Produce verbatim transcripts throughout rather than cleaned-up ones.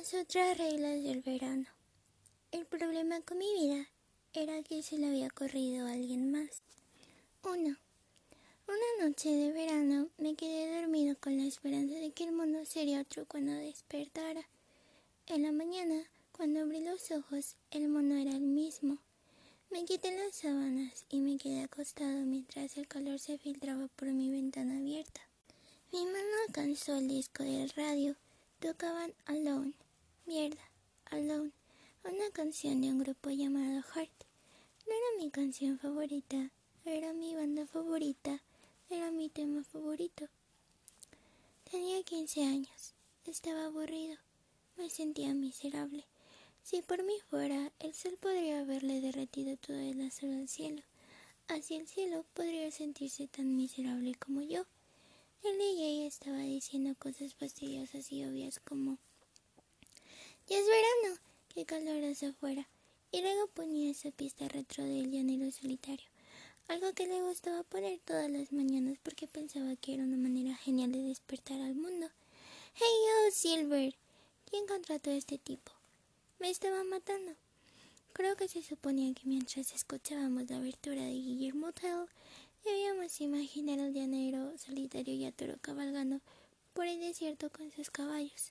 Las otras reglas del verano. El problema con mi vida era que se le había corrido a alguien más. Uno. Una noche de verano me quedé dormido con la esperanza de que el mundo sería otro cuando despertara. En la mañana, cuando abrí los ojos, el mundo era el mismo. Me quité las sábanas y me quedé acostado mientras el calor se filtraba por mi ventana abierta. Mi mano alcanzó el disco del radio. Tocaban Alone, mierda, Alone, una canción de un grupo llamado Heart. No era mi canción favorita, era mi banda favorita, era mi tema favorito. Tenía quince años, estaba aburrido, me sentía miserable. Si por mí fuera, el sol podría haberle derretido todo el azul al cielo. Hacia el cielo podría sentirse tan miserable como yo. El D J estaba diciendo cosas fastidiosas y obvias como «Ya es verano, qué calor hace afuera», y luego ponía esa pista retro del llanero solitario, algo que le gustaba poner todas las mañanas porque pensaba que era una manera genial de despertar al mundo. «Hey yo, Silver, ¿quién contrató a este tipo? Me estaba matando». Creo que se suponía que mientras escuchábamos la abertura de Guillermo Tell, debíamos imaginar al llanero solitario y a toro cabalgando por el desierto con sus caballos.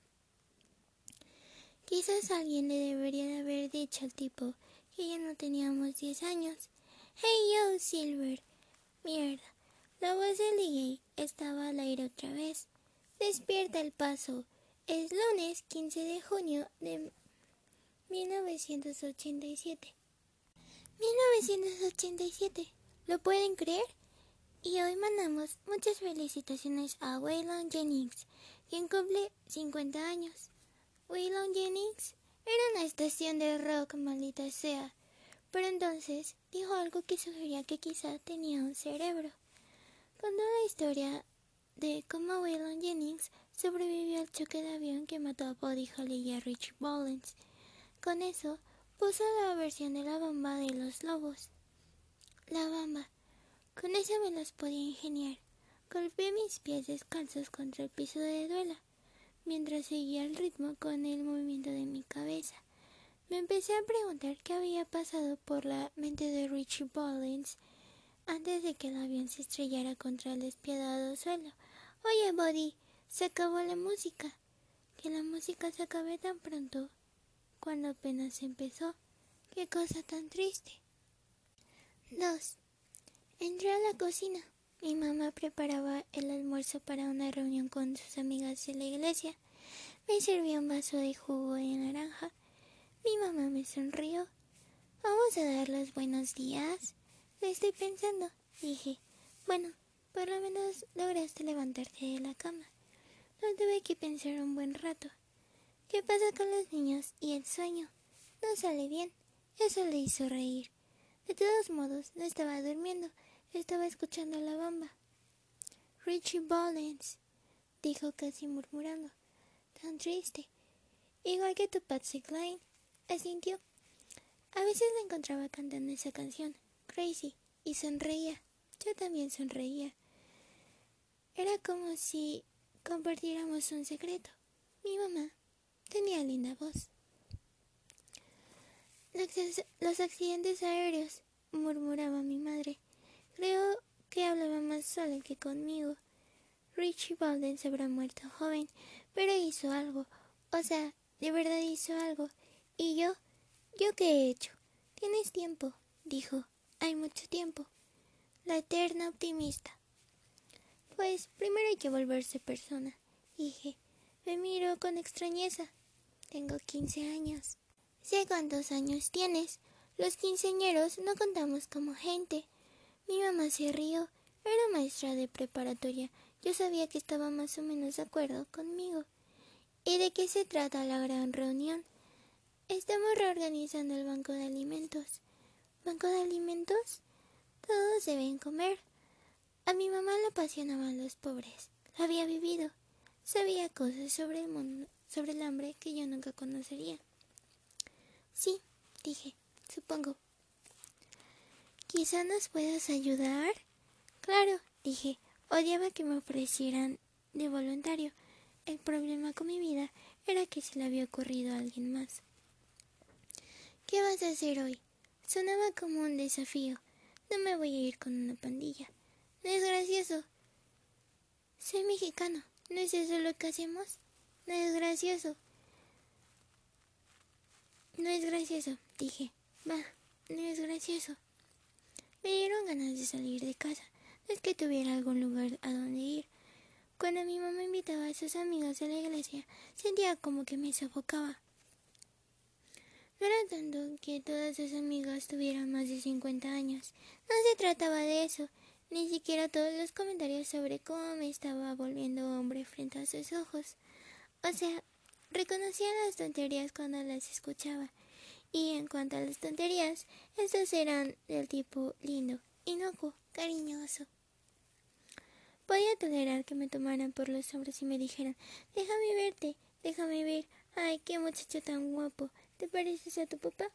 Quizás alguien le debería de haber dicho al tipo que ya no teníamos diez años. «Hey yo, Silver». Mierda, la voz del D J estaba al aire otra vez. «Despierta el paso. Es lunes quince de junio de mil novecientos ochenta y siete. mil novecientos ochenta y siete. ¿Lo pueden creer? Y hoy mandamos muchas felicitaciones a Waylon Jennings, quien cumple cincuenta años. Waylon Jennings era una estación de rock, maldita sea, pero entonces dijo algo que sugería que quizá tenía un cerebro. Contó la historia de cómo Waylon Jennings sobrevivió al choque de avión que mató a Buddy Holly y a Richie Valens. Con eso puso la versión de La Bamba de Los Lobos. La Bamba. Con eso me las podía ingeniar. Golpeé mis pies descalzos contra el piso de duela, mientras seguía el ritmo con el movimiento de mi cabeza. Me empecé a preguntar qué había pasado por la mente de Richie Valens antes de que el avión se estrellara contra el despiadado suelo. «Oye, Buddy, se acabó la música». Que la música se acabe tan pronto, cuando apenas empezó. Qué cosa tan triste. Dos. Entré a la cocina. Mi mamá preparaba el almuerzo para una reunión con sus amigas de la iglesia. Me sirvió un vaso de jugo de naranja. Mi mamá me sonrió. «¿Vamos a dar los buenos días?» «Lo estoy pensando», dije. «Bueno, por lo menos lograste levantarte de la cama». No tuve que pensar un buen rato. ¿Qué pasa con los niños y el sueño? No sale bien. Eso le hizo reír. De todos modos, no estaba durmiendo. Estaba escuchando La Bamba. «Richie Valens», dijo casi murmurando. «Tan triste. Igual que tu Patsy Cline», asintió. A veces la encontraba cantando esa canción, Crazy, y sonreía. Yo también sonreía. Era como si compartiéramos un secreto. Mi mamá tenía linda voz. «Los accidentes aéreos», murmuraba mi madre. «Creo que hablaba más sola que conmigo. Richie Valens habrá muerto joven, pero hizo algo. O sea, de verdad hizo algo. ¿Y yo? ¿Yo qué he hecho?» «Tienes tiempo», dijo. «Hay mucho tiempo». La eterna optimista. «Pues primero hay que volverse persona», dije. Me miró con extrañeza. «Tengo quince años». «Sé cuántos años tienes. Los quinceañeros no contamos como gente». Mi mamá se rió. Era maestra de preparatoria. Yo sabía que estaba más o menos de acuerdo conmigo. «¿Y de qué se trata la gran reunión?» «Estamos reorganizando el banco de alimentos». «¿Banco de alimentos?» «Todos deben comer». A mi mamá le apasionaban los pobres. Lo había vivido. Sabía cosas sobre el mundo, sobre el hambre que yo nunca conocería. «Sí», dije, «supongo». «¿Quizá nos puedas ayudar?» «Claro», dije. Odiaba que me ofrecieran de voluntario. El problema con mi vida era que se le había ocurrido a alguien más. ¿Qué vas a hacer hoy? Sonaba como un desafío. No me voy a ir con una pandilla. No es gracioso. Soy mexicano. ¿No es eso lo que hacemos? No es gracioso. No es gracioso, dije. Va, no es gracioso. Me dieron ganas de salir de casa. No es que tuviera algún lugar a donde ir. Cuando mi mamá invitaba a sus amigos a la iglesia, sentía como que me sofocaba. No era tanto que todas sus amigas tuvieran más de cincuenta años. No se trataba de eso. Ni siquiera todos los comentarios sobre cómo me estaba volviendo hombre frente a sus ojos. O sea, reconocía las tonterías cuando las escuchaba. Y en cuanto a las tonterías, estas eran del tipo lindo, inocuo, cariñoso. Podía tolerar que me tomaran por los hombros y me dijeran, déjame verte, déjame ver, ay, qué muchacho tan guapo, ¿te pareces a tu papá?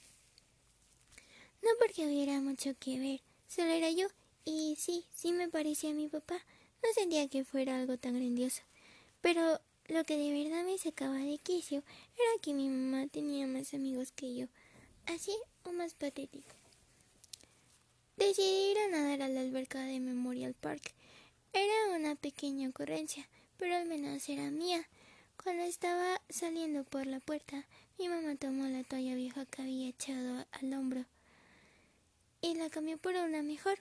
No porque hubiera mucho que ver, solo era yo, y sí, sí me parecía a mi papá, no sentía que fuera algo tan grandioso, pero lo que de verdad me sacaba de quicio era que mi mamá tenía más amigos que yo, así o más patético. Decidí ir a nadar a la alberca de Memorial Park. Era una pequeña ocurrencia, pero al menos era mía. Cuando estaba saliendo por la puerta, mi mamá tomó la toalla vieja que había echado al hombro y la cambió por una mejor.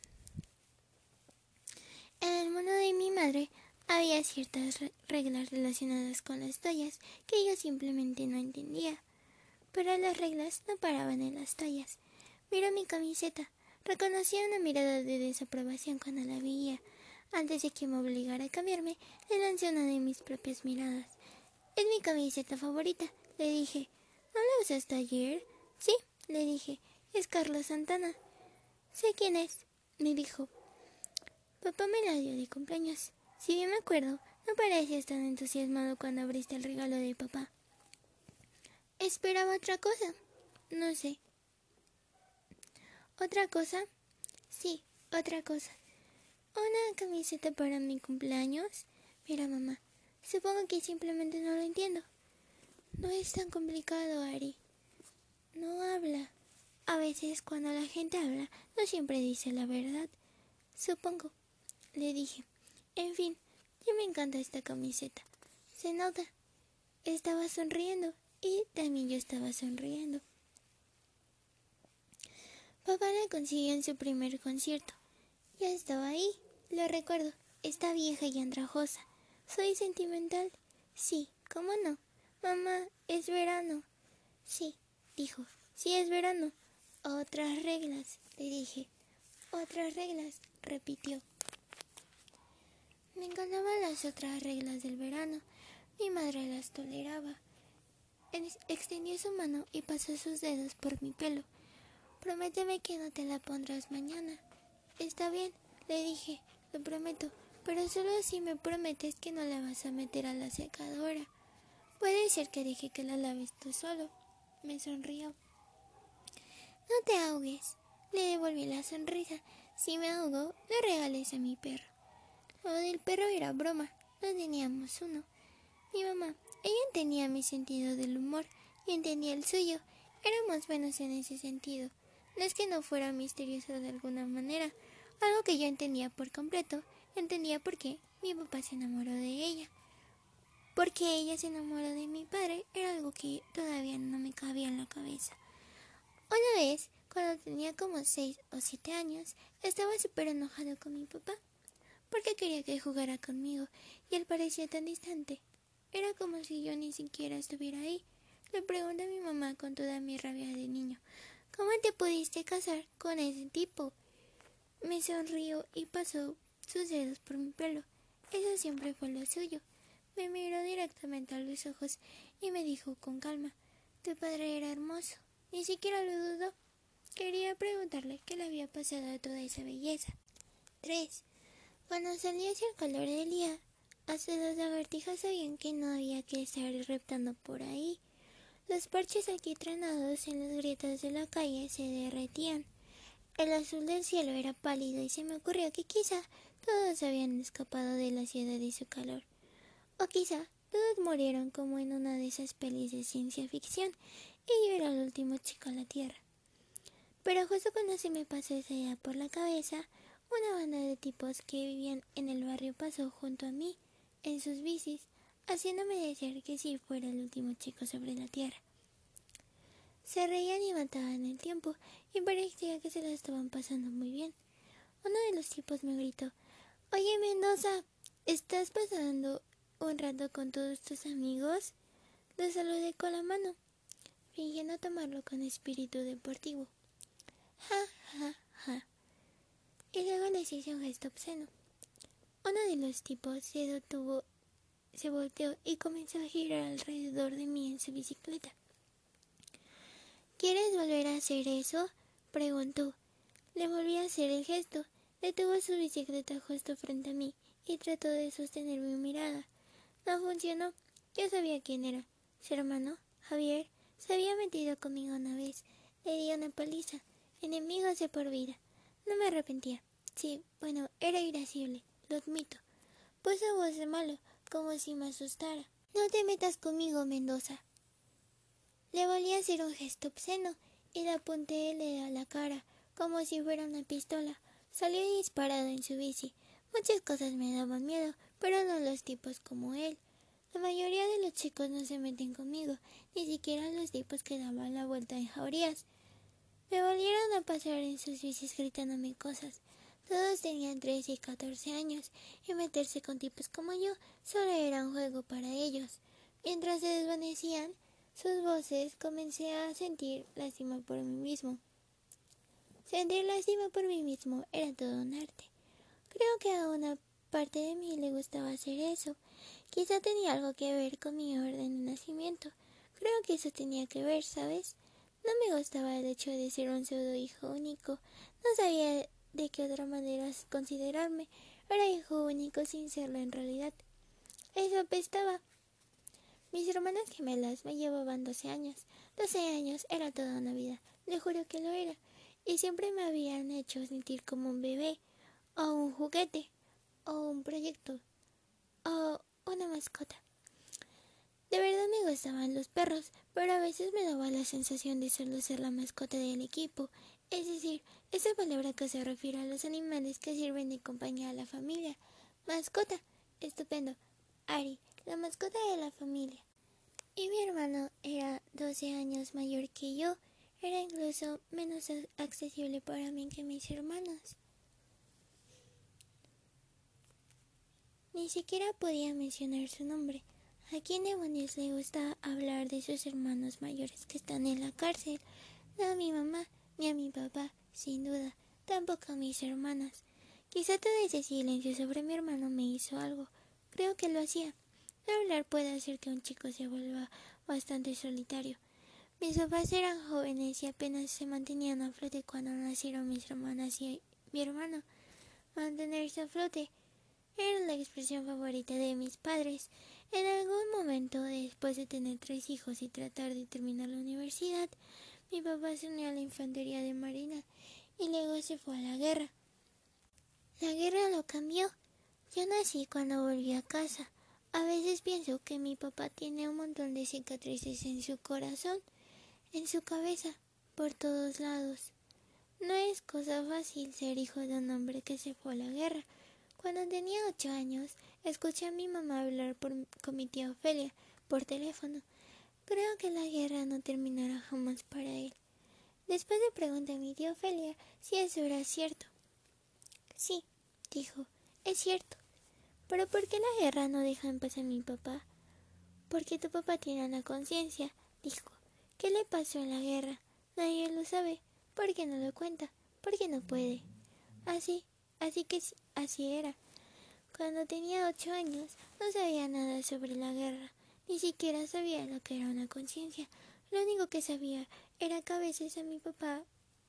En el mundo de mi madre había ciertas re- reglas relacionadas con las toallas que yo simplemente no entendía, pero las reglas no paraban en las toallas. Miró mi camiseta. Reconocí una mirada de desaprobación cuando la veía. Antes de que me obligara a cambiarme, le lancé una de mis propias miradas. Es mi camiseta favorita, le dije. ¿No la usaste ayer? Sí, le dije. Es Carlos Santana. Sé quién es, me dijo. Papá me la dio de cumpleaños. Si bien me acuerdo, no parecías tan entusiasmado cuando abriste el regalo de papá. Esperaba otra cosa. No sé. ¿Otra cosa? Sí, otra cosa. ¿Una camiseta para mi cumpleaños? Mira, mamá, supongo que simplemente no lo entiendo. No es tan complicado, Ari. No habla. A veces cuando la gente habla, no siempre dice la verdad. Supongo, le dije. En fin, yo me encanta esta camiseta. Se nota. Estaba sonriendo y también yo estaba sonriendo. Papá la consiguió en su primer concierto. Ya estaba ahí, lo recuerdo. Está vieja y andrajosa. ¿Soy sentimental? Sí, ¿cómo no? Mamá, es verano. Sí, dijo. Sí, es verano. Otras reglas, le dije. Otras reglas, repitió. Me encantaban las otras reglas del verano. Mi madre las toleraba. Extendió su mano y pasó sus dedos por mi pelo. Prométeme que no te la pondrás mañana. Está bien, le dije, lo prometo, pero solo si me prometes que no la vas a meter a la secadora. Puede ser que deje que la laves tú solo. Me sonrió. No te ahogues. Le devolví la sonrisa. Si me ahogo, le regales a mi perro. Lo del perro era broma. No teníamos uno. Mi mamá, ella entendía mi sentido del humor y entendía el suyo. Éramos buenos en ese sentido. No es que no fuera misterioso de alguna manera. Algo que yo entendía por completo. Entendía por qué mi papá se enamoró de ella. Porque ella se enamoró de mi padre era algo que todavía no me cabía en la cabeza. Una vez, cuando tenía como seis o siete años, estaba súper enojado con mi papá, porque quería que jugara conmigo, y él parecía tan distante. Era como si yo ni siquiera estuviera ahí. Le pregunté a mi mamá con toda mi rabia de niño, ¿cómo te pudiste casar con ese tipo? Me sonrió y pasó sus dedos por mi pelo. Eso siempre fue lo suyo. Me miró directamente a los ojos y me dijo con calma, tu padre era hermoso. Ni siquiera lo dudó. Quería preguntarle qué le había pasado a toda esa belleza. tres. Cuando salí hacia el calor del día, hasta las lagartijas sabían que no había que estar reptando por ahí. Los parches alquitranados en las grietas de la calle se derretían. El azul del cielo era pálido y se me ocurrió que quizá todos habían escapado de la ciudad y su calor. O quizá Todos murieron como en una de esas pelis de ciencia ficción, y yo era el último chico a la Tierra. Pero justo cuando se me pasó esa idea por la cabeza, una banda de tipos que vivían en el barrio pasó junto a mí, en sus bicis, haciéndome desear que sí fuera el último chico sobre la Tierra. Se reían y mataban el tiempo, y parecía que se la estaban pasando muy bien. Uno de los tipos me gritó: «Oye, Mendoza, ¿estás pasando un rato con todos tus amigos?» Lo saludé con la mano, fingiendo tomarlo con espíritu deportivo. Ja, ja, ja. Y luego les hice un gesto obsceno. Uno de los tipos se detuvo, se volteó y comenzó a girar alrededor de mí en su bicicleta. «¿Quieres volver a hacer eso?», preguntó. Le volví a hacer el gesto. Detuvo su bicicleta justo frente a mí y trató de sostener mi mirada. No funcionó. Yo sabía quién era. Su hermano, Javier, se había metido conmigo una vez. Le di una paliza. Enemigos de por vida. No me arrepentía. Sí, bueno, era irascible, lo admito. Puso voz de malo, como si me asustara. «No te metas conmigo, Mendoza». Le volví a hacer un gesto obsceno y le apunté a la cara, como si fuera una pistola. Salió disparado en su bici. Muchas cosas me daban miedo, pero no los tipos como él. La mayoría de los chicos no se meten conmigo, ni siquiera los tipos que daban la vuelta en jaurías. Me volvieron a pasar en sus bicis gritándome cosas. Todos tenían trece y catorce años, y meterse con tipos como yo solo era un juego para ellos. Mientras se desvanecían sus voces, comencé a sentir lástima por mí mismo. Sentir lástima por mí mismo era todo un arte. Creo que a una parte de mí le gustaba hacer eso. Quizá tenía algo que ver con mi orden de nacimiento. Creo que eso tenía que ver, ¿sabes? No me gustaba el hecho de ser un pseudo hijo único. No sabía de qué otra manera considerarme. Era hijo único sin serlo en realidad. Eso apestaba. Mis hermanas gemelas me llevaban doce años. doce años era toda una vida, le juro que lo era. Y siempre me habían hecho sentir como un bebé, o un juguete, o un proyecto, o una mascota. De verdad me gustaban los perros, pero a veces me daba la sensación de solo ser la mascota del equipo. Es decir, esa palabra que se refiere a los animales que sirven de compañía a la familia. Mascota, estupendo. Ari, la mascota de la familia. Y mi hermano era doce años mayor que yo. Era incluso menos accesible para mí que mis hermanos. Ni siquiera podía mencionar su nombre. ¿A quién demonios le gusta hablar de sus hermanos mayores que están en la cárcel? No a mi mamá, ni a mi papá, sin duda. Tampoco a mis hermanas. Quizá todo ese silencio sobre mi hermano me hizo algo. Creo que lo hacía. No hablar puede hacer que un chico se vuelva bastante solitario. Mis papás eran jóvenes y apenas se mantenían a flote cuando nacieron mis hermanas y mi hermano. Mantenerse a flote era la expresión favorita de mis padres. En algún momento, después de tener tres hijos y tratar de terminar la universidad, mi papá se unió a la infantería de marina y luego se fue a la guerra. La guerra lo cambió. Yo nací cuando volví a casa. A veces pienso que mi papá tiene un montón de cicatrices en su corazón, en su cabeza, por todos lados. No es cosa fácil ser hijo de un hombre que se fue a la guerra. Cuando tenía ocho años, escuché a mi mamá hablar por, con mi tía Ofelia por teléfono. Creo que la guerra no terminará jamás para él. Después le pregunté a mi tía Ofelia si eso era cierto. Sí, dijo, es cierto. ¿Pero por qué la guerra no deja en paz a mi papá? Porque tu papá tiene una conciencia, dijo. ¿Qué le pasó en la guerra? Nadie lo sabe. ¿Por qué no lo cuenta? ¿Por qué no puede? Así, así que así era. Cuando tenía ocho años no sabía nada sobre la guerra, ni siquiera sabía lo que era una conciencia. Lo único que sabía era que a veces a mi papá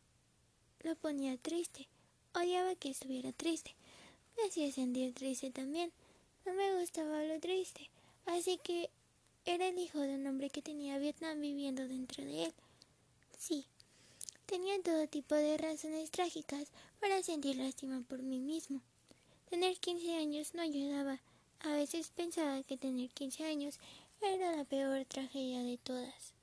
lo ponía triste. Odiaba que estuviera triste. Me hacía sentir triste también. No me gustaba lo triste, así que era el hijo de un hombre que tenía Vietnam viviendo dentro de él. Sí, tenía todo tipo de razones trágicas para sentir lástima por mí mismo. Tener quince años no ayudaba. A veces pensaba que tener quince años era la peor tragedia de todas.